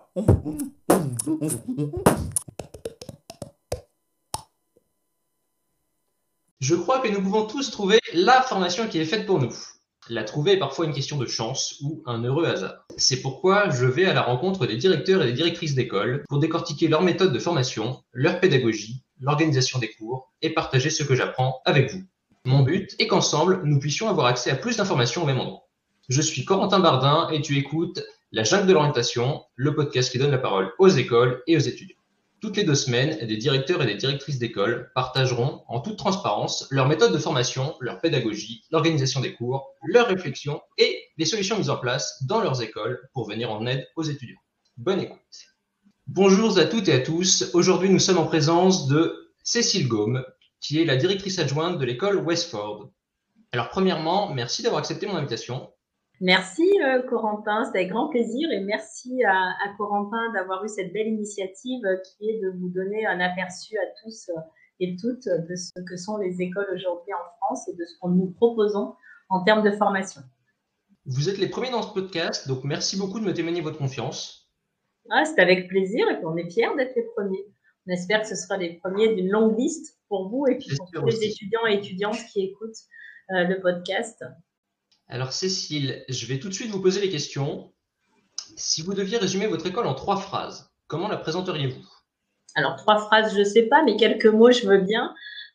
Je crois que nous pouvons tous trouver la formation qui est faite pour nous. La trouver est parfois une question de chance ou un heureux hasard. C'est pourquoi je vais à la rencontre des directeurs et des directrices d'école pour décortiquer leurs méthodes de formation, leur pédagogie, l'organisation des cours et partager ce que j'apprends avec vous. Mon but est qu'ensemble, nous puissions avoir accès à plus d'informations au même endroit. Je suis Corentin Bardin et tu écoutes La Jungle de l'orientation, le podcast qui donne la parole aux écoles et aux étudiants. Toutes les 2 semaines, des directeurs et des directrices d'école partageront en toute transparence leurs méthodes de formation, leur pédagogie, l'organisation des cours, leurs réflexions et les solutions mises en place dans leurs écoles pour venir en aide aux étudiants. Bonne écoute. Bonjour à toutes et à tous. Aujourd'hui, nous sommes en présence de Cécile Gaume, qui est la directrice adjointe de l'école Westford. Alors, premièrement, merci d'avoir accepté mon invitation. Merci Corentin, c'était avec grand plaisir et merci à Corentin d'avoir eu cette belle initiative qui est de vous donner un aperçu à tous et toutes de ce que sont les écoles aujourd'hui en France et de ce que nous proposons en termes de formation. Vous êtes les premiers dans ce podcast, donc merci beaucoup de me témoigner votre confiance. C'est avec plaisir et puis on est fiers d'être les premiers. On espère que ce sera les premiers d'une longue liste pour vous et puis pour tous les étudiants et étudiantes qui écoutent le podcast. Alors Cécile, je vais tout de suite vous poser les questions. Si vous deviez résumer votre école en 3 phrases, comment la présenteriez-vous? Alors 3 phrases, je ne sais pas, mais quelques mots, je veux bien.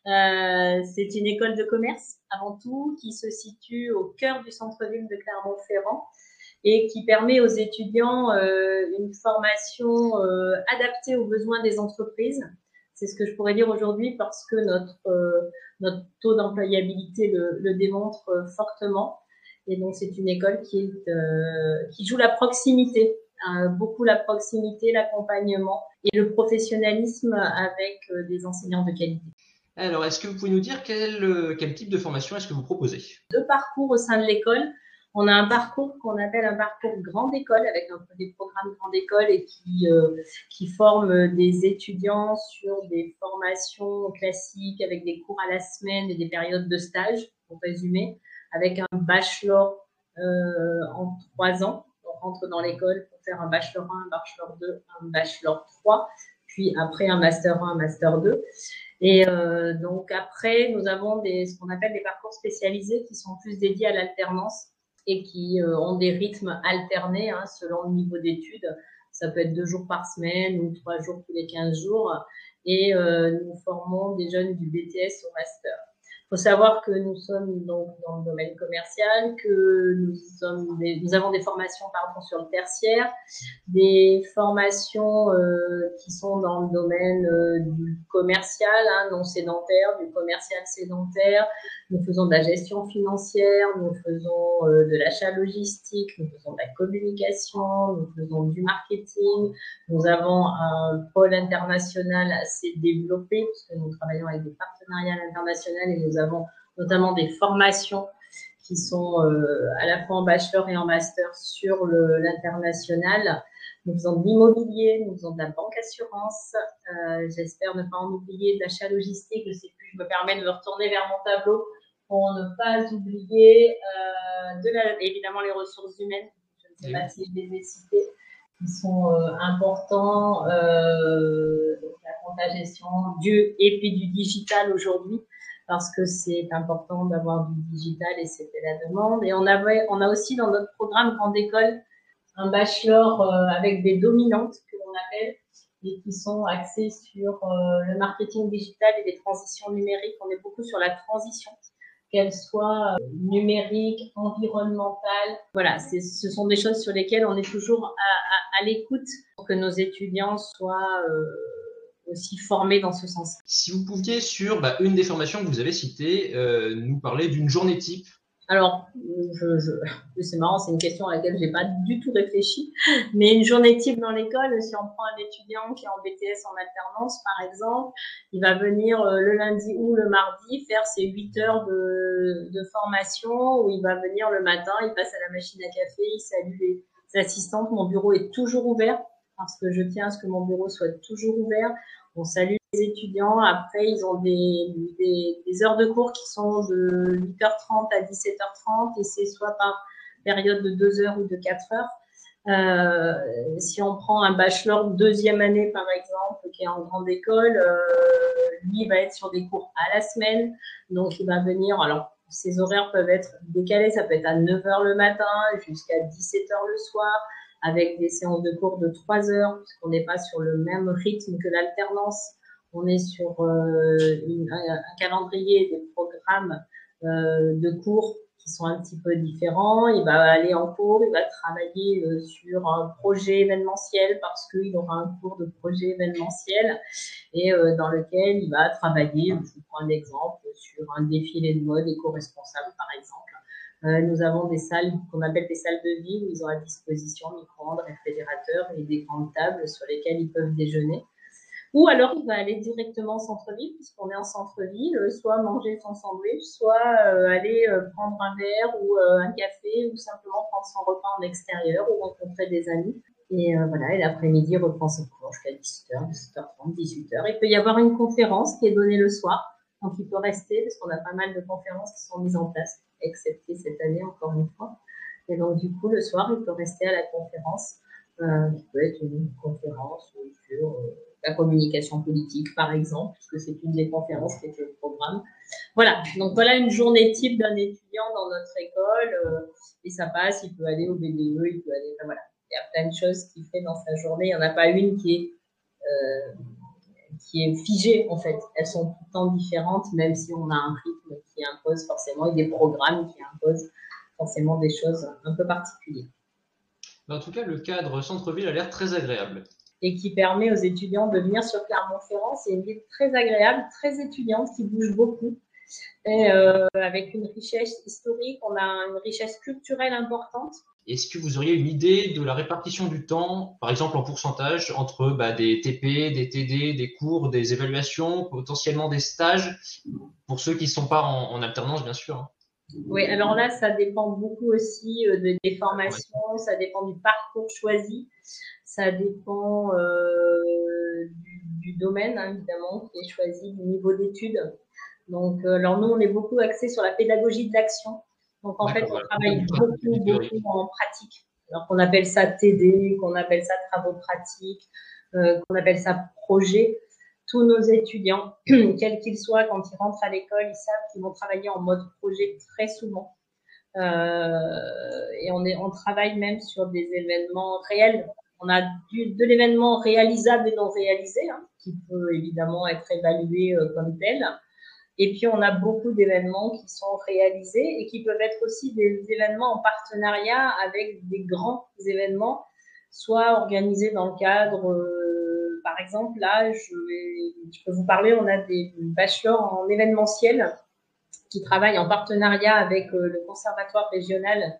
C'est une école de commerce, avant tout, qui se situe au cœur du centre-ville de Clermont-Ferrand et qui permet aux étudiants une formation adaptée aux besoins des entreprises. C'est ce que je pourrais dire aujourd'hui parce que notre taux d'employabilité le démontre fortement. Et donc, c'est une école qui joue la proximité, beaucoup la proximité, l'accompagnement et le professionnalisme avec des enseignants de qualité. Alors, est-ce que vous pouvez nous dire quel type de formation est-ce que vous proposez? 2 parcours au sein de l'école. On a un parcours qu'on appelle un parcours grande école avec un peu des programmes grande école et qui forment des étudiants sur des formations classiques avec des cours à la semaine et des périodes de stage, pour résumer, avec un bachelor en 3 ans. On rentre dans l'école pour faire un bachelor 1, un bachelor 2, un bachelor 3, puis après un master 1, un master 2. Et donc après, nous avons ce qu'on appelle des parcours spécialisés qui sont plus dédiés à l'alternance et qui ont des rythmes alternés selon le niveau d'études. Ça peut être 2 jours par semaine ou 3 jours tous les 15 jours. Et nous formons des jeunes du BTS au master. Il faut savoir que nous sommes donc dans le domaine commercial, que nous avons des formations sur le tertiaire, des formations qui sont dans le domaine du commercial, non sédentaire, du commercial sédentaire. Nous faisons de la gestion financière, nous faisons de l'achat logistique, nous faisons de la communication, nous faisons du marketing. Nous avons un pôle international assez développé puisque nous travaillons avec des partenariats internationaux et nous avons notamment des formations qui sont à la fois en bachelor et en master sur l'international. Nous faisons de l'immobilier, nous faisons de la banque assurance. J'espère ne pas en oublier de l'achat logistique. Je sais plus, je me permets de me retourner vers mon tableau pour ne pas oublier évidemment les ressources humaines. Je ne sais pas si je les ai citées, qui sont importants. Donc la compta gestion et puis du digital aujourd'hui, parce que c'est important d'avoir du digital et c'était la demande. Et on a aussi dans notre programme grande école un bachelor avec des dominantes que l'on appelle et qui sont axées sur le marketing digital et les transitions numériques. On est beaucoup sur la transition, qu'elle soit numérique, environnementale. Voilà, ce sont des choses sur lesquelles on est toujours à l'écoute pour que nos étudiants soient aussi formés dans ce sens. Si vous pouviez, sur une des formations que vous avez citées, nous parler d'une journée type. Alors, c'est marrant, c'est une question à laquelle j'ai pas du tout réfléchi, mais une journée type dans l'école, si on prend un étudiant qui est en BTS en alternance, par exemple, il va venir le lundi ou le mardi faire ses 8 heures de formation, où il va venir le matin, il passe à la machine à café, il salue les assistantes. Mon bureau est toujours ouvert, parce que je tiens à ce que mon bureau soit toujours ouvert. On salue les étudiants. Après, ils ont des heures de cours qui sont de 8h30 à 17h30 et c'est soit par période de 2 heures ou de 4 heures. Si on prend un bachelor de deuxième année, par exemple, qui est en grande école, lui, il va être sur des cours à la semaine. Donc, il va venir. Alors, ses horaires peuvent être décalés. Ça peut être à 9 h le matin jusqu'à 17 h le soir, avec des séances de cours de 3 heures, puisqu'on n'est pas sur le même rythme que l'alternance. On est sur un calendrier, des programmes de cours qui sont un petit peu différents. Il va aller en cours, il va travailler sur un projet événementiel parce qu'il aura un cours de projet événementiel et dans lequel il va travailler, je vous prends un exemple, sur un défilé de mode éco-responsable par exemple. Nous avons des salles qu'on appelle des salles de vie où ils ont à disposition micro-ondes, réfrigérateurs et des grandes tables sur lesquelles ils peuvent déjeuner. Ou alors, il va aller directement au centre-ville, puisqu'on est en centre-ville, soit manger son sandwich, soit aller prendre un verre ou un café, ou simplement prendre son repas en extérieur ou rencontrer des amis. Et voilà, et l'après-midi reprend ses cours jusqu'à 17 h, 17 h30, 18 h. Il peut y avoir une conférence qui est donnée le soir, donc il peut rester, parce qu'on a pas mal de conférences qui sont mises en place, excepté cette année, encore une fois. Et donc, du coup, le soir, il peut rester à la conférence, qui peut être une conférence sur la communication politique, par exemple, puisque c'est une des conférences qui est au programme. Voilà, donc voilà une journée type d'un étudiant dans notre école, et ça passe, il peut aller au BDE, il peut aller, enfin, voilà, il y a plein de choses qu'il fait dans sa journée, il n'y en a pas une qui est figée, en fait. Elles sont tout le temps différentes, même si on a un rythme qui impose forcément, et des programmes qui imposent forcément des choses un peu particulières. En tout cas, le cadre centre-ville a l'air très agréable. Et qui permet aux étudiants de venir sur Clermont-Ferrand. C'est une ville très agréable, très étudiante, qui bouge beaucoup. Et avec une richesse historique, on a une richesse culturelle importante. Est-ce que vous auriez une idée de la répartition du temps, par exemple en pourcentage, entre des TP, des TD, des cours, des évaluations, potentiellement des stages, pour ceux qui ne sont pas en alternance, bien sûr, hein. Oui, alors là, ça dépend beaucoup aussi des formations, ça dépend du parcours choisi, ça dépend du domaine, hein, évidemment, qui est choisi, du niveau d'études. Donc, alors nous, on est beaucoup axé sur la pédagogie de l'action. Donc, en fait, on travaille beaucoup en pratique. Alors qu'on appelle ça TD, qu'on appelle ça travaux pratiques, qu'on appelle ça projet. Tous nos étudiants, quels qu'ils soient, quand ils rentrent à l'école, ils savent qu'ils vont travailler en mode projet très souvent. Et on travaille même sur des événements réels. On a de l'événement réalisable et non réalisé, hein, qui peut évidemment être évalué comme tel. Et puis, on a beaucoup d'événements qui sont réalisés et qui peuvent être aussi des événements en partenariat avec des grands événements, soit organisés dans le cadre, par exemple, là, je peux vous parler, on a des bachelors en événementiel qui travaillent en partenariat avec le conservatoire régional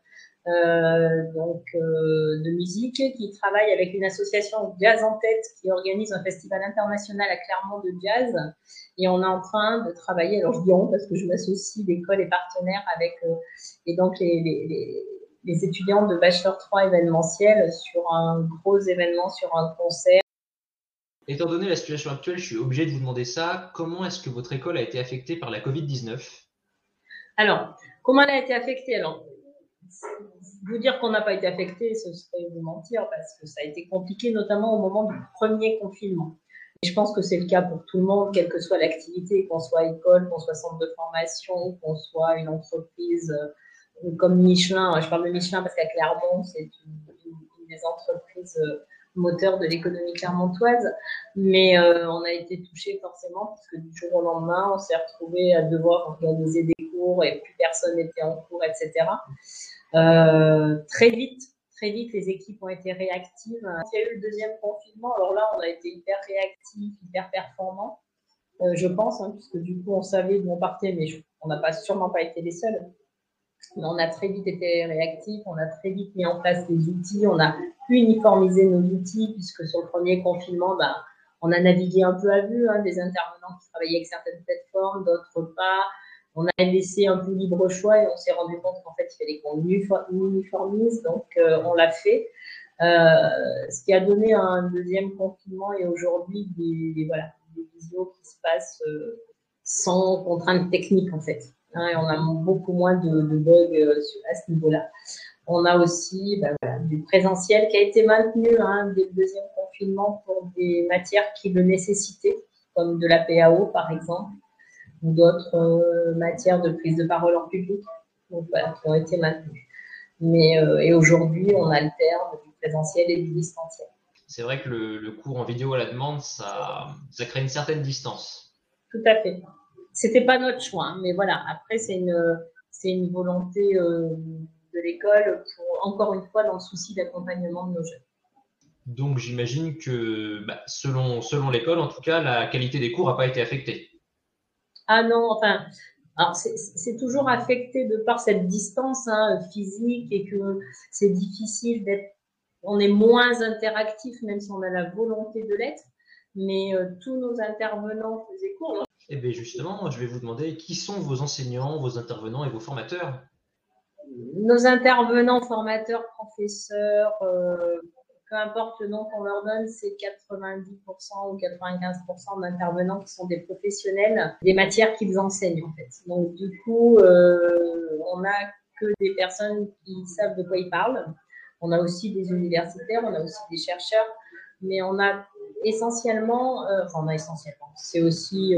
de musique, qui travaille avec une association Jazz en tête qui organise un festival international à Clermont de jazz. Et on est en train de travailler, alors je dis on parce que je m'associe, l'école est partenaire avec et donc les étudiants de Bachelor 3 événementiel sur un gros événement, sur un concert. Étant donné la situation actuelle, je suis obligé de vous demander ça. Comment est-ce que votre école a été affectée par la Covid-19 ? Alors, comment elle a été affectée ? Alors, vous dire qu'on n'a pas été affecté, ce serait vous mentir, parce que ça a été compliqué, notamment au moment du premier confinement. Et je pense que c'est le cas pour tout le monde, quelle que soit l'activité, qu'on soit école, qu'on soit centre de formation, qu'on soit une entreprise comme Michelin. Je parle de Michelin parce qu'à Clermont, c'est une des entreprises moteurs de l'économie clermontoise. Mais on a été touché forcément, parce que du jour au lendemain, on s'est retrouvé à devoir organiser des cours et plus personne n'était en cours, etc. Très vite, les équipes ont été réactives. Il y a eu le deuxième confinement, alors là, on a été hyper réactifs, hyper performants, je pense, hein, puisque du coup, on savait d'où on partait, mais on n'a sûrement pas été les seuls. Mais on a très vite été réactifs, on a très vite mis en place des outils, on a uniformisé nos outils, puisque sur le premier confinement, on a navigué un peu à vue, hein, des intervenants qui travaillaient avec certaines plateformes, d'autres pas. On a laissé un peu libre choix et on s'est rendu compte qu'en fait, il fallait qu'on uniformise, donc on l'a fait. Ce qui a donné un deuxième confinement et aujourd'hui des visios qui se passent sans contraintes techniques en fait. Hein, et on a beaucoup moins de bugs à ce niveau-là. On a aussi du présentiel qui a été maintenu dès le deuxième confinement pour des matières qui le nécessitaient, comme de la PAO par exemple, ou d'autres matières de prise de parole en public, donc, qui ont été maintenues. Et aujourd'hui, on alterne du présentiel et du distanciel. C'est vrai que le cours en vidéo à la demande, ça crée une certaine distance. Tout à fait. C'était pas notre choix, mais voilà. Après, c'est une volonté de l'école pour, encore une fois, dans le souci d'accompagnement de nos jeunes. Donc j'imagine que selon l'école, en tout cas, la qualité des cours n'a pas été affectée. Ah non, enfin, alors c'est toujours affecté de par cette distance physique et que c'est difficile d'être, on est moins interactif même si on a la volonté de l'être, mais tous nos intervenants faisaient cours. Eh bien justement, je vais vous demander qui sont vos enseignants, vos intervenants et vos formateurs. Nos intervenants, formateurs, professeurs, peu importe le nom qu'on leur donne, c'est 90% ou 95% d'intervenants qui sont des professionnels des matières qu'ils enseignent en fait. Donc du coup, on n'a que des personnes qui savent de quoi ils parlent. On a aussi des universitaires, on a aussi des chercheurs, mais on a essentiellement, c'est aussi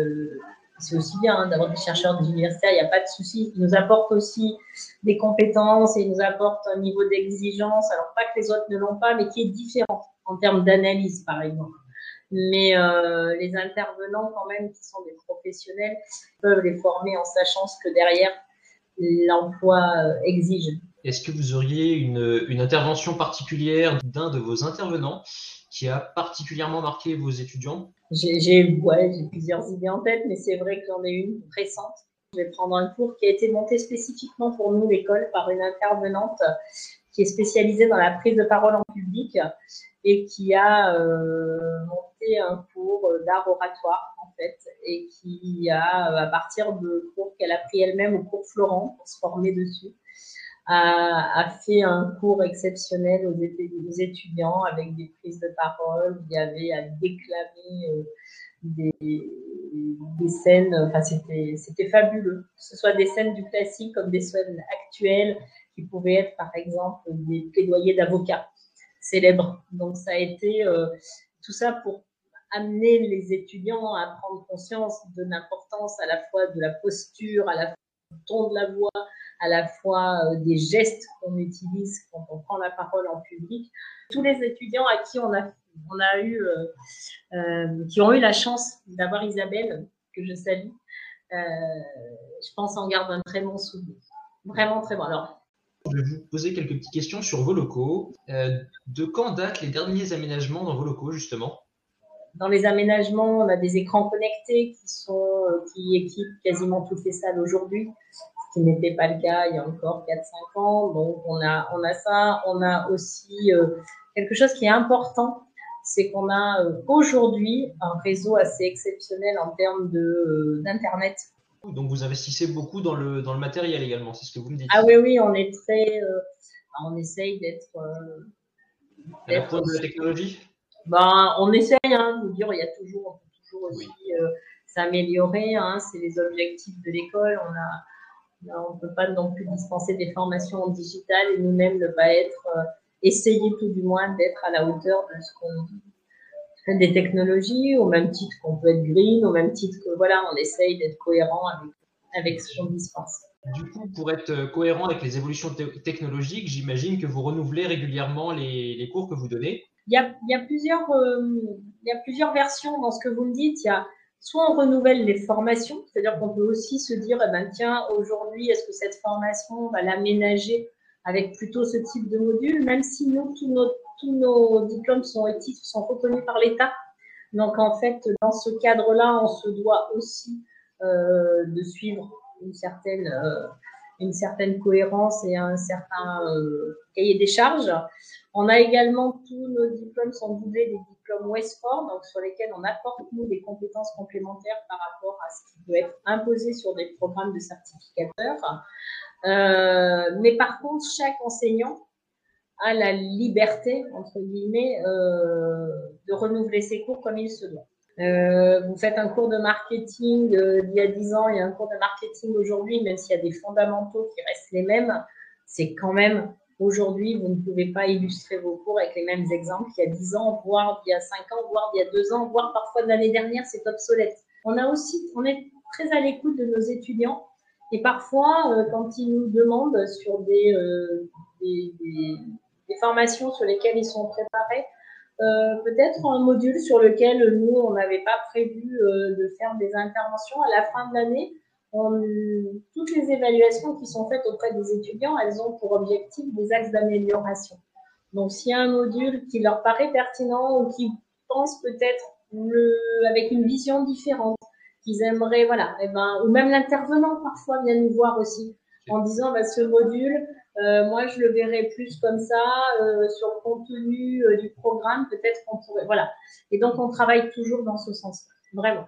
bien d'avoir des chercheurs des universitaires, il n'y a pas de souci. Ils nous apportent aussi des compétences et ils nous apportent un niveau d'exigence, alors pas que les autres ne l'ont pas, mais qui est différent en termes d'analyse, par exemple. Mais les intervenants, quand même, qui sont des professionnels, peuvent les former en sachant ce que derrière l'emploi exige. Est-ce que vous auriez une intervention particulière d'un de vos intervenants qui a particulièrement marqué vos étudiants? J'ai plusieurs idées en tête, mais c'est vrai que j'en ai une récente. Je vais prendre un cours qui a été monté spécifiquement pour nous, l'école, par une intervenante qui est spécialisée dans la prise de parole en public et qui a monté un cours d'art oratoire, en fait, et qui a, à partir de cours qu'elle a pris elle-même au cours Florent pour se former dessus, a fait un cours exceptionnel aux étudiants avec des prises de parole. Il y avait à déclamer des scènes, enfin c'était fabuleux, que ce soit des scènes du classique comme des scènes actuelles qui pouvaient être par exemple des plaidoyers d'avocats célèbres. Donc ça a été tout ça pour amener les étudiants à prendre conscience de l'importance à la fois de la posture, à la fois du ton de la voix, à la fois des gestes qu'on utilise quand on prend la parole en public. Tous les étudiants à qui on a eu qui ont eu la chance d'avoir Isabelle, que je salue, je pense en garde un très bon souvenir. Vraiment très bon. Alors, je vais vous poser quelques petites questions sur vos locaux. De quand datent les derniers aménagements dans vos locaux, justement? Dans les aménagements, on a des écrans connectés qui équipent quasiment toutes les salles aujourd'hui, ce qui n'était pas le cas il y a encore 4-5 ans. Donc, on a ça. On a aussi quelque chose qui est important, c'est qu'on a aujourd'hui un réseau assez exceptionnel en termes d'Internet. Donc vous investissez beaucoup dans le matériel également, c'est ce que vous me dites. Ah oui, on est on essaye d'être à la pointe de la technologie. On essaye de dire, on peut toujours aussi s'améliorer. C'est les objectifs de l'école. On ne peut pas non plus dispenser des formations en digital et nous-mêmes ne pas essayer tout du moins d'être à la hauteur de ce qu'on fait des technologies, au même titre qu'on peut être green, au même titre que on essaye d'être cohérent avec ce qu'on dispense. Du coup, pour être cohérent avec les évolutions technologiques, j'imagine que vous renouvelez régulièrement les cours que vous donnez. Il y a plusieurs versions dans ce que vous me dites. Il y a soit on renouvelle les formations, c'est-à-dire qu'on peut aussi se dire, tiens, aujourd'hui, est-ce que cette formation, on va l'aménager avec plutôt ce type de module, même si nous, tous nos diplômes et titres sont reconnus par l'État. Donc, en fait, dans ce cadre-là, on se doit aussi de suivre une certaine cohérence et un certain cahier des charges. On a également, tous nos diplômes sont doublés des diplômes Westford, donc sur lesquels on apporte, nous, des compétences complémentaires par rapport à ce qui peut être imposé sur des programmes de certificateurs. Mais par contre, chaque enseignant a la liberté, entre guillemets, de renouveler ses cours comme il se doit. Vous faites un cours de marketing il y a 10 ans et un cours de marketing aujourd'hui, même s'il y a des fondamentaux qui restent les mêmes, c'est quand même, aujourd'hui, vous ne pouvez pas illustrer vos cours avec les mêmes exemples qu'il y a 10 ans, voire il y a 5 ans, voire il y a 2 ans, voire parfois de l'année dernière, c'est obsolète. On est très à l'écoute de nos étudiants et parfois, quand ils nous demandent sur des formations sur lesquelles ils sont préparés, peut-être un module sur lequel nous, on n'avait pas prévu de faire des interventions. À la fin de l'année, toutes les évaluations qui sont faites auprès des étudiants, elles ont pour objectif des axes d'amélioration. Donc, s'il y a un module qui leur paraît pertinent ou qui pense peut-être avec une vision différente, qu'ils aimeraient, voilà, ou même l'intervenant parfois vient nous voir aussi en disant, ce module, moi, je le verrais plus comme ça, sur le contenu du programme, peut-être qu'on pourrait, voilà. Et donc, on travaille toujours dans ce sens-là, vraiment.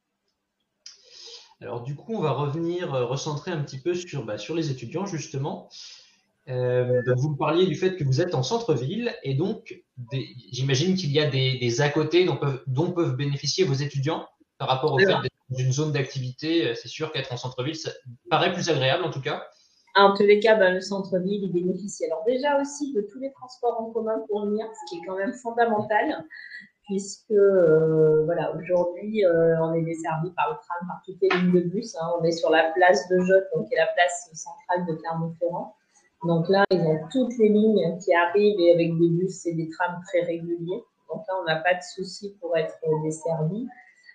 Alors du coup, on va revenir recentrer un petit peu sur les étudiants, justement. Donc vous me parliez du fait que vous êtes en centre-ville, et donc j'imagine qu'il y a des à côté dont peuvent bénéficier vos étudiants par rapport au fait d'être dans une zone d'activité. C'est sûr qu'être en centre-ville, ça paraît plus agréable en tout cas. En tous les cas, le centre-ville, il bénéficie alors déjà aussi de tous les transports en commun pour venir, ce qui est quand même fondamental, puisque aujourd'hui, on est desservi par le tram, par toutes les lignes de bus. On est sur la place de Jotte, donc qui est la place centrale de Clermont-Ferrand. Donc là, ils ont toutes les lignes qui arrivent et avec des bus et des trams très réguliers. Donc là, on n'a pas de souci pour être desservi.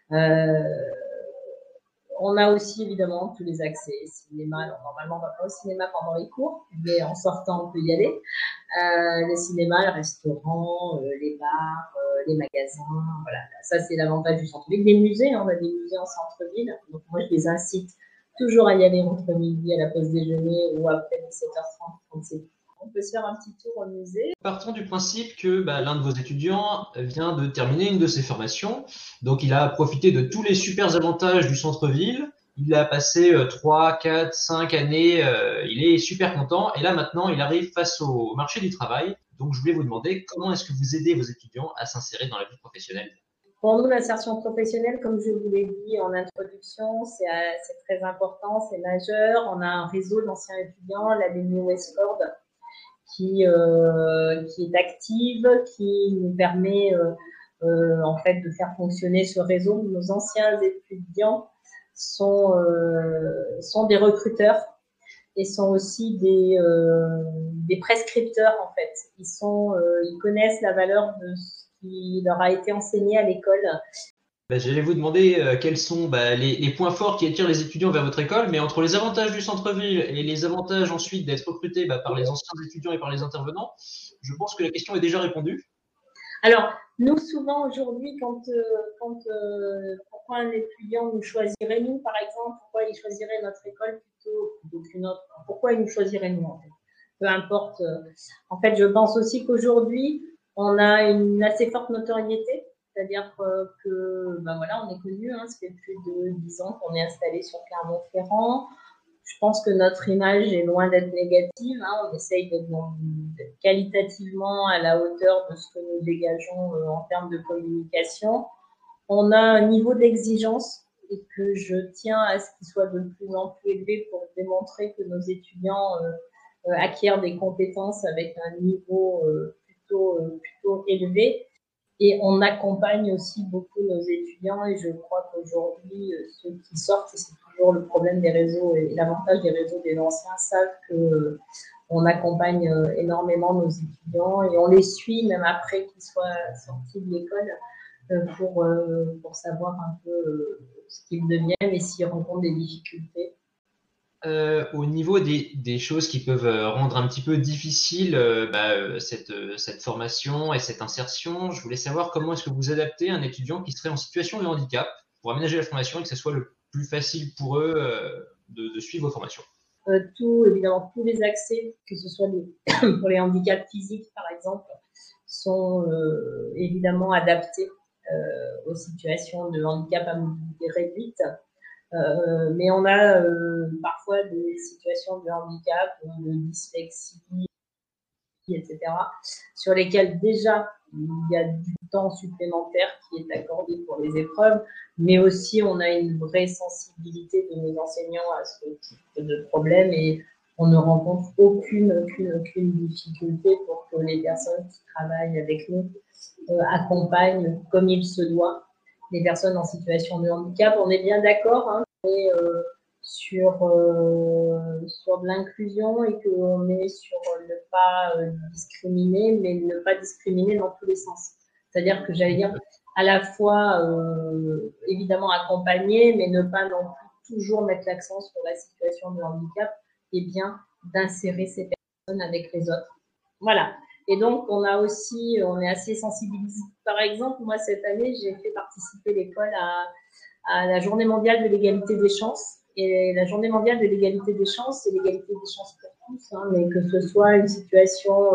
On a aussi évidemment tous les accès cinéma. Alors, normalement, on ne va pas au cinéma pendant les cours, mais en sortant, on peut y aller. Le cinéma, le restaurant, les bars, les magasins. Voilà, ça c'est l'avantage du centre-ville. Les musées, on a des musées en centre-ville. Donc moi, je les incite toujours à y aller entre midi à la pause déjeuner ou après 17h30. On peut se faire un petit tour au musée. Partons du principe que l'un de vos étudiants vient de terminer une de ses formations, donc il a profité de tous les super avantages du centre-ville. Il a passé 3, 4, 5 années, il est super content, et là maintenant il arrive face au marché du travail. Donc je voulais vous demander comment est-ce que vous aidez vos étudiants à s'insérer dans la vie professionnelle? Pour nous, l'insertion professionnelle, comme je vous l'ai dit en introduction, c'est très important, c'est majeur. On a un réseau d'anciens étudiants, l'Académie Westford, qui est active, qui nous permet en fait de faire fonctionner ce réseau. Nos anciens étudiants sont des recruteurs et sont aussi des prescripteurs en fait. Ils connaissent la valeur de ce qui leur a été enseigné à l'école. J'allais vous demander quels sont les points forts qui attirent les étudiants vers votre école, mais entre les avantages du centre-ville et les avantages ensuite d'être recruté par les anciens étudiants et par les intervenants, je pense que la question est déjà répondue. Alors, nous, souvent aujourd'hui, pourquoi un étudiant nous choisirait nous, par exemple, pourquoi il choisirait notre école plutôt qu'une autre, pourquoi il nous choisirait nous, en fait. Peu importe. En fait, je pense aussi qu'aujourd'hui, on a une assez forte notoriété. C'est-à-dire que, on est connu, ça fait plus de 10 ans qu'on est installé sur Clermont-Ferrand. Je pense que notre image est loin d'être négative. On essaye d'être qualitativement à la hauteur de ce que nous dégageons en termes de communication. On a un niveau d'exigence et que je tiens à ce qu'il soit de plus en plus élevé pour démontrer que nos étudiants acquièrent des compétences avec un niveau plutôt élevé. Et on accompagne aussi beaucoup nos étudiants et je crois qu'aujourd'hui, ceux qui sortent, c'est toujours le problème des réseaux et l'avantage des réseaux des anciens savent qu'on accompagne énormément nos étudiants et on les suit même après qu'ils soient sortis de l'école pour savoir un peu ce qu'ils deviennent et s'ils rencontrent des difficultés. Au niveau des choses qui peuvent rendre un petit peu difficile cette formation et cette insertion, je voulais savoir comment est-ce que vous adaptez un étudiant qui serait en situation de handicap pour aménager la formation et que ce soit le plus facile pour eux de suivre vos formations. Évidemment, tous les accès, que ce soit pour les handicaps physiques par exemple, sont évidemment adaptés aux situations de handicap à mobilité réduite. Mais on a parfois des situations de handicap, de dyslexie, etc., sur lesquelles déjà il y a du temps supplémentaire qui est accordé pour les épreuves, mais aussi on a une vraie sensibilité de nos enseignants à ce type de problème et on ne rencontre aucune difficulté pour que les personnes qui travaillent avec nous accompagnent comme il se doit les personnes en situation de handicap. On est bien d'accord, hein, sur de l'inclusion et qu'on est sur ne pas discriminer, mais ne pas discriminer dans tous les sens. C'est-à-dire que j'allais dire à la fois évidemment accompagner, mais ne pas non plus toujours mettre l'accent sur la situation de handicap, et bien d'insérer ces personnes avec les autres. Voilà. Et donc, on est assez sensibilisé. Par exemple, moi, cette année, j'ai fait participer l'école à la Journée mondiale de l'égalité des chances. Et la Journée mondiale de l'égalité des chances, c'est l'égalité des chances pour tous, hein, mais que ce soit une situation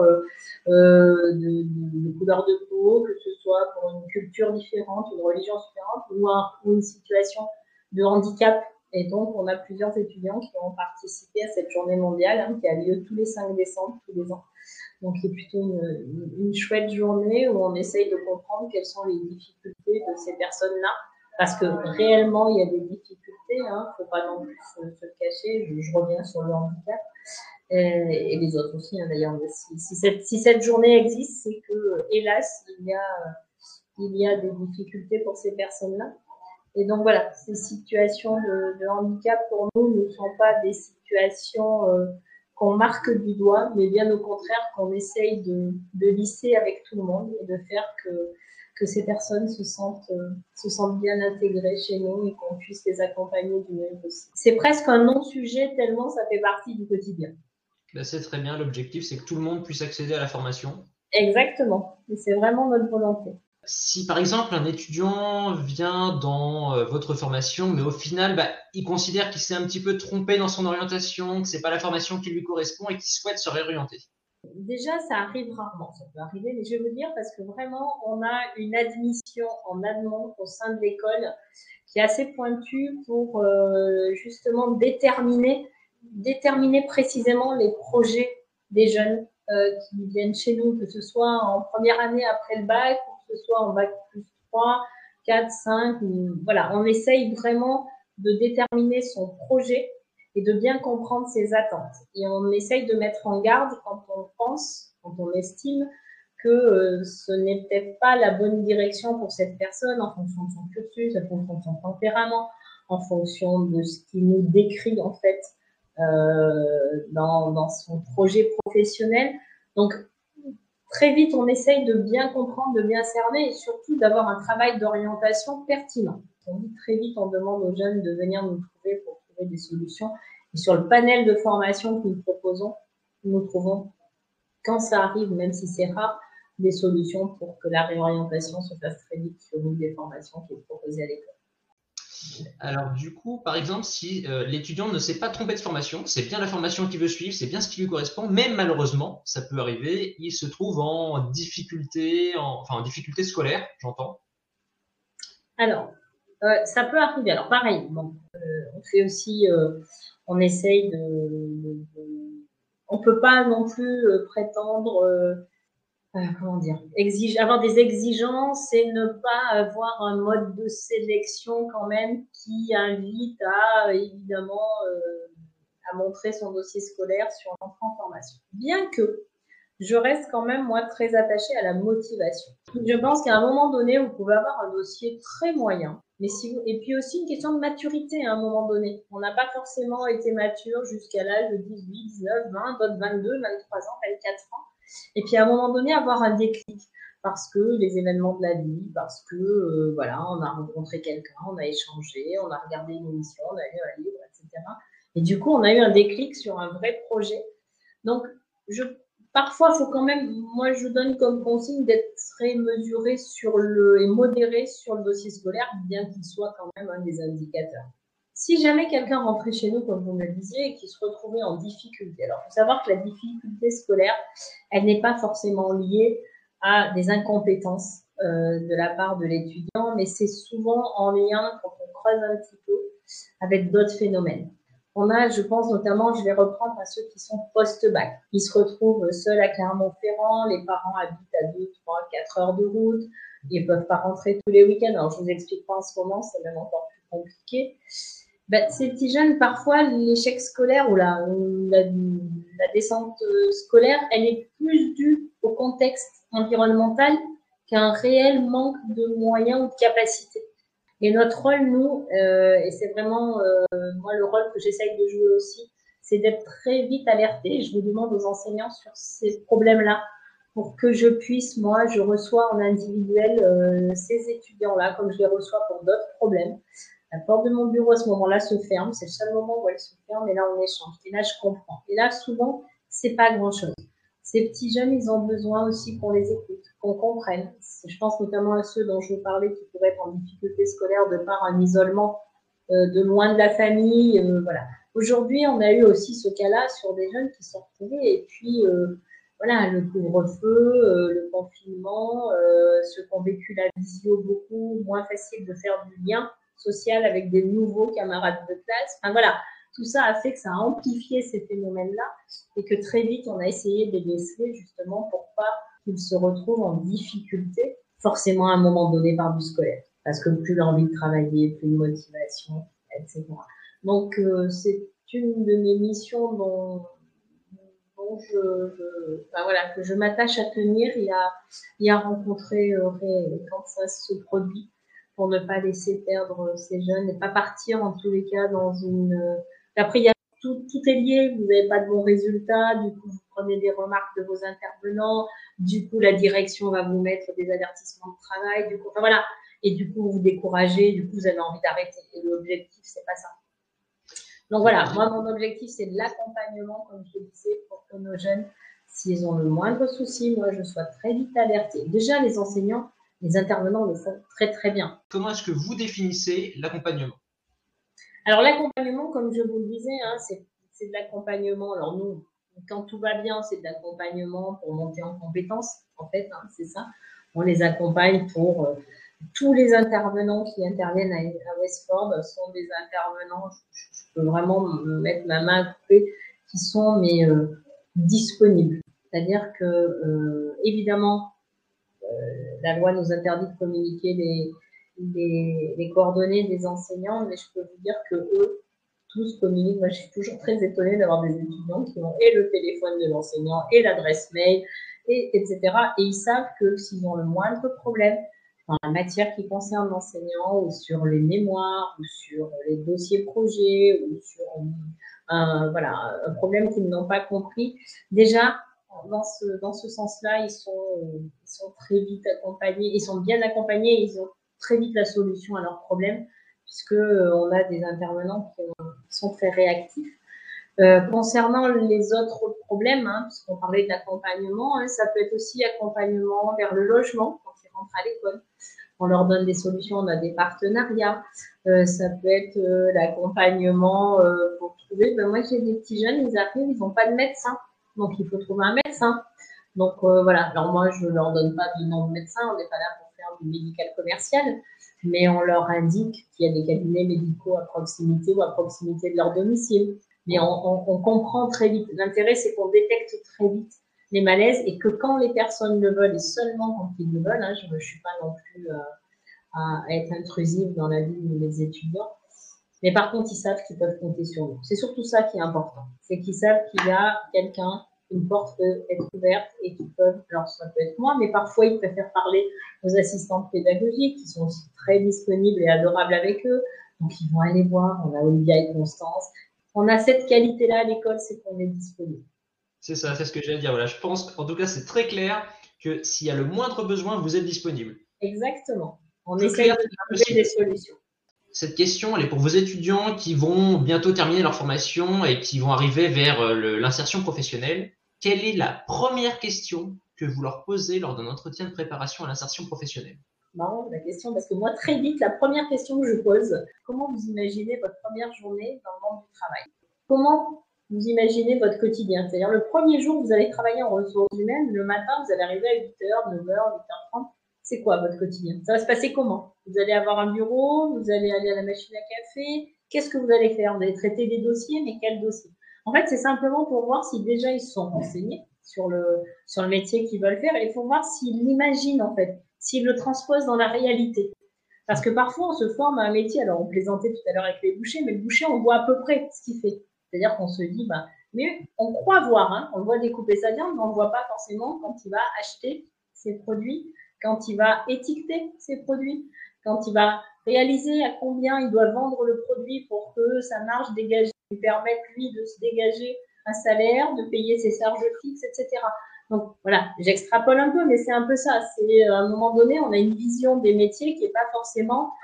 de couleur de peau, que ce soit pour une culture différente, une religion différente, ou une situation de handicap. Et donc, on a plusieurs étudiants qui ont participé à cette journée mondiale, hein, qui a lieu tous les 5 décembre, tous les ans. Donc, c'est plutôt une chouette journée où on essaye de comprendre quelles sont les difficultés de ces personnes-là. Parce que réellement, il y a des difficultés, hein, faut pas non plus se le cacher. Je reviens sur le handicap. Et les autres aussi, hein, d'ailleurs. Si cette journée existe, c'est que, hélas, il y a des difficultés pour ces personnes-là. Et donc voilà, ces situations de handicap pour nous ne sont pas des situations qu'on marque du doigt, mais bien au contraire qu'on essaye de lisser avec tout le monde et de faire que ces personnes se sentent bien intégrées chez nous et qu'on puisse les accompagner du mieux possible. C'est presque un non-sujet tellement ça fait partie du quotidien. Ben, c'est très bien, l'objectif c'est que tout le monde puisse accéder à la formation. Exactement, et c'est vraiment notre volonté. Si par exemple un étudiant vient dans votre formation, mais au final, il considère qu'il s'est un petit peu trompé dans son orientation, que c'est pas la formation qui lui correspond et qu'il souhaite se réorienter. Déjà, ça arrive rarement, ça peut arriver, mais je vais vous dire parce que vraiment, on a une admission en amont au sein de l'école qui est assez pointue pour justement déterminer précisément les projets des jeunes qui viennent chez nous, que ce soit en première année après le bac, que ce soit en bac plus 3, 4, 5, voilà, on essaye vraiment de déterminer son projet et de bien comprendre ses attentes. Et on essaye de mettre en garde quand on estime que ce n'est peut-être pas la bonne direction pour cette personne en fonction de son cursus, en fonction de son tempérament, en fonction de ce qui nous décrit en fait dans son projet professionnel. Donc, très vite, on essaye de bien comprendre, de bien cerner et surtout d'avoir un travail d'orientation pertinent. Très vite, on demande aux jeunes de venir nous trouver pour trouver des solutions. Et sur le panel de formation que nous proposons, nous trouvons, quand ça arrive, même si c'est rare, des solutions pour que la réorientation se fasse très vite sur une des formations qui est proposée à l'école. Alors du coup, par exemple, si l'étudiant ne s'est pas trompé de formation, c'est bien la formation qu'il veut suivre, c'est bien ce qui lui correspond, mais malheureusement, ça peut arriver, il se trouve en difficulté, en difficulté scolaire, j'entends. Alors, ça peut arriver. Alors pareil, bon, on fait aussi, on essaye on peut pas non plus prétendre comment dire, avoir des exigences et ne pas avoir un mode de sélection quand même qui invite à évidemment à montrer son dossier scolaire sur l'entrée en formation. Bien que je reste quand même moi très attachée à la motivation. Je pense qu'à un moment donné, vous pouvez avoir un dossier très moyen, mais et puis aussi une question de maturité à un moment donné. On n'a pas forcément été mature jusqu'à l'âge de 18, 19, 20, d'autres 22, 23 ans, 24 ans. Et puis à un moment donné, avoir un déclic parce que les événements de la vie, parce que voilà, on a rencontré quelqu'un, on a échangé, on a regardé une émission, on a lu un livre, etc. Et du coup, on a eu un déclic sur un vrai projet. Donc, parfois, il faut quand même, moi je donne comme consigne d'être très mesuré et modéré sur le dossier scolaire, bien qu'il soit quand même un des indicateurs. Si jamais quelqu'un rentrait chez nous, comme vous me le disiez, et qui se retrouvait en difficulté, alors il faut savoir que la difficulté scolaire, elle n'est pas forcément liée à des incompétences de la part de l'étudiant, mais c'est souvent en lien, quand on creuse un petit peu, avec d'autres phénomènes. On a, je pense notamment, je vais reprendre à ceux qui sont post-bac. Ils se retrouvent seuls à Clermont-Ferrand, les parents habitent à 2, 3, 4 heures de route, ils ne peuvent pas rentrer tous les week-ends. Alors, je ne vous explique pas en ce moment, c'est même encore plus compliqué. Ben, ces petits jeunes, parfois, l'échec scolaire ou la descente scolaire, elle est plus due au contexte environnemental qu'à un réel manque de moyens ou de capacités. Et notre rôle, nous, et c'est vraiment moi le rôle que j'essaye de jouer aussi, c'est d'être très vite alerté. Je vous demande aux enseignants sur ces problèmes-là pour que je puisse, moi, je reçois en individuel ces étudiants-là, comme je les reçois pour d'autres problèmes. La porte de mon bureau à ce moment-là se ferme, c'est le seul moment où elle se ferme, et là on échange. Et là je comprends. Et là souvent, c'est pas grand-chose. Ces petits jeunes, ils ont besoin aussi qu'on les écoute, qu'on comprenne. Je pense notamment à ceux dont je vous parlais qui pourraient être en difficulté scolaire de par un isolement de loin de la famille. Voilà. Aujourd'hui, on a eu aussi ce cas-là sur des jeunes qui sont retrouvés et puis voilà, le couvre-feu, le confinement, ceux qui ont vécu la visio beaucoup, moins facile de faire du lien social avec des nouveaux camarades de classe. Enfin voilà, tout ça a fait que ça a amplifié ces phénomènes-là et que très vite, on a essayé de les déceler justement pour pas qu'ils se retrouvent en difficulté, forcément à un moment donné par du scolaire. Parce que plus l'envie de travailler, plus de motivation, etc. Donc, c'est une de mes missions dont que je m'attache à tenir et à rencontrer quand ça se produit pour ne pas laisser perdre ces jeunes et pas partir en tous les cas dans une... Après, il y a tout est lié, vous n'avez pas de bons résultats, du coup, vous prenez des remarques de vos intervenants, du coup, la direction va vous mettre des avertissements de travail, du coup, enfin voilà, et du coup, vous découragez, du coup, vous avez envie d'arrêter. Et l'objectif, c'est pas ça. Donc voilà, moi, mon objectif, c'est l'accompagnement, comme je le disais, pour que nos jeunes, s'ils ont le moindre souci, moi, je sois très vite alertée. Déjà, les enseignants, les intervenants le font très, très bien. Comment est-ce que vous définissez l'accompagnement? Alors, l'accompagnement, comme je vous le disais, hein, c'est de l'accompagnement. Alors, nous, quand tout va bien, c'est de l'accompagnement pour monter en compétences, en fait, hein, c'est ça. On les accompagne pour tous les intervenants qui interviennent à Westford sont des intervenants, je peux vraiment me mettre ma main à couper, qui sont disponibles. C'est-à-dire que, évidemment, la loi nous interdit de communiquer les coordonnées des enseignants, mais je peux vous dire que eux, tous communiquent. Moi, je suis toujours très étonnée d'avoir des étudiants qui ont et le téléphone de l'enseignant et l'adresse mail, etc. Et ils savent que s'ils ont le moindre problème dans la matière qui concerne l'enseignant ou sur les mémoires ou sur les dossiers projets ou sur un problème qu'ils n'ont pas compris, déjà, dans ce sens-là, ils sont très vite accompagnés, ils sont bien accompagnés, ils ont très vite la solution à leurs problèmes, puisque on a des intervenants qui sont très réactifs. Concernant les autres problèmes, hein, puisqu'on parlait d'accompagnement, hein, ça peut être aussi accompagnement vers le logement quand ils rentrent à l'école. On leur donne des solutions, on a des partenariats. Ça peut être l'accompagnement pour trouver. Moi, j'ai des petits jeunes, ils arrivent, ils n'ont pas de médecin. Donc, il faut trouver un médecin. Donc, voilà. Alors, moi, je ne leur donne pas de nom de médecin. On n'est pas là pour faire du médical commercial. Mais on leur indique qu'il y a des cabinets médicaux à proximité ou à proximité de leur domicile. Mais on comprend très vite. L'intérêt, c'est qu'on détecte très vite les malaises et que quand les personnes le veulent et seulement quand ils le veulent, hein, je ne suis pas non plus à être intrusive dans la vie des étudiants, mais par contre, ils savent qu'ils peuvent compter sur nous. C'est surtout ça qui est important. C'est qu'ils savent qu'il y a quelqu'un, une porte peut être ouverte et qu'ils peuvent, alors ça peut être moi, mais parfois ils préfèrent parler aux assistantes pédagogiques qui sont aussi très disponibles et adorables avec eux. Donc ils vont aller voir, on a Olivia et Constance. On a cette qualité-là à l'école, c'est qu'on est disponible. C'est ça, c'est ce que j'allais dire. Voilà, je pense qu'en tout cas, c'est très clair que s'il y a le moindre besoin, vous êtes disponible. Exactement. On essaye de trouver des solutions. Cette question, elle est pour vos étudiants qui vont bientôt terminer leur formation et qui vont arriver vers l'insertion professionnelle. Quelle est la première question que vous leur posez lors d'un entretien de préparation à l'insertion professionnelle? Marrant la question, parce que moi, très vite, la première question que je pose, comment vous imaginez votre première journée dans le monde du travail? Comment vous imaginez votre quotidien? C'est-à-dire, le premier jour, vous allez travailler en ressources humaines, le matin, vous allez arriver à 8h, 9h, 8h30. C'est quoi votre quotidien? Ça va se passer comment? Vous allez avoir un bureau, vous allez aller à la machine à café. Qu'est-ce que vous allez faire? Vous allez traiter des dossiers, mais quels dossiers? En fait, c'est simplement pour voir si déjà ils sont renseignés sur le métier qu'ils veulent faire et il faut voir s'ils l'imaginent, en fait, s'ils le transposent dans la réalité. Parce que parfois, on se forme à un métier. Alors, on plaisantait tout à l'heure avec les bouchers, mais le boucher, on voit à peu près ce qu'il fait. C'est-à-dire qu'on se dit, mais on croit voir, hein, on voit découper sa viande, mais on ne voit pas forcément quand il va acheter ses produits, quand il va étiqueter ses produits, quand il va réaliser à combien il doit vendre le produit pour que sa marge dégagée lui permette, lui, de se dégager un salaire, de payer ses charges fixes, etc. Donc voilà, j'extrapole un peu, mais c'est un peu ça. C'est à un moment donné, on a une vision des métiers qui n'est pas forcément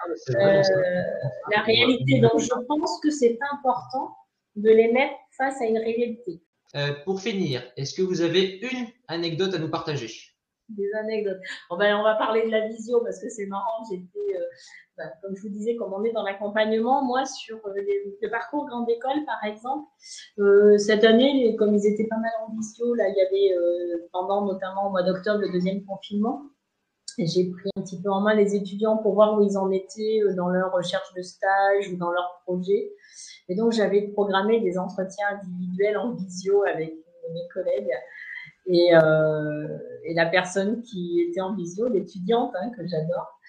la réalité. Donc je pense que c'est important de les mettre face à une réalité. Pour finir, est-ce que vous avez une anecdote à nous partager? Des anecdotes. On va parler de la visio parce que c'est marrant. J'étais, comme je vous disais, comme on est dans l'accompagnement, moi, sur le parcours grande école, par exemple, cette année, comme ils étaient pas mal en visio, là, il y avait, pendant notamment au mois d'octobre, le deuxième confinement, j'ai pris un petit peu en main les étudiants pour voir où ils en étaient dans leur recherche de stage ou dans leur projet. Et donc, j'avais programmé des entretiens individuels en visio avec mes collègues. Et la personne qui était en visio, l'étudiante, hein, que j'adore,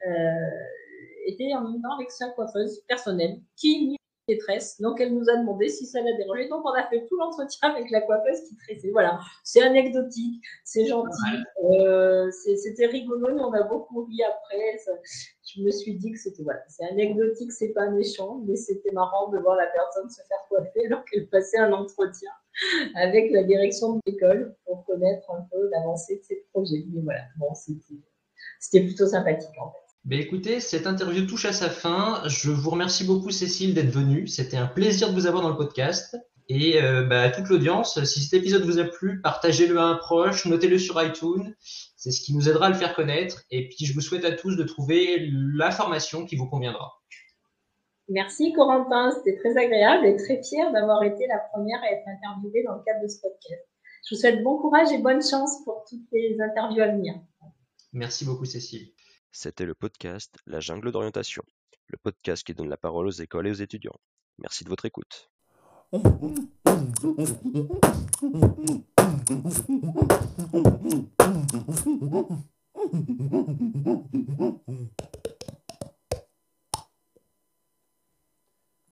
était en même temps avec sa coiffeuse personnelle, qui n'y détresse. Donc, elle nous a demandé si ça la dérangeait. Donc, on a fait tout l'entretien avec la coiffeuse qui tressait. Voilà, c'est anecdotique, c'est gentil. C'était rigolo, mais on a beaucoup ri après. Ça, je me suis dit que c'était, voilà, c'est anecdotique, c'est pas méchant, mais c'était marrant de voir la personne se faire coiffer alors qu'elle passait un entretien avec la direction de l'école pour connaître un peu l'avancée de ses projets. Mais voilà, bon, c'était plutôt sympathique en fait. Ben écoutez, cette interview touche à sa fin. Je vous remercie beaucoup, Cécile, d'être venue. C'était un plaisir de vous avoir dans le podcast. Et à toute l'audience, si cet épisode vous a plu, partagez-le à un proche, notez-le sur iTunes. C'est ce qui nous aidera à le faire connaître. Et puis, je vous souhaite à tous de trouver la formation qui vous conviendra. Merci Corentin, c'était très agréable et très fière d'avoir été la première à être interviewée dans le cadre de ce podcast. Je vous souhaite bon courage et bonne chance pour toutes les interviews à venir. Merci beaucoup Cécile. C'était le podcast La Jungle d'orientation, le podcast qui donne la parole aux écoles et aux étudiants. Merci de votre écoute.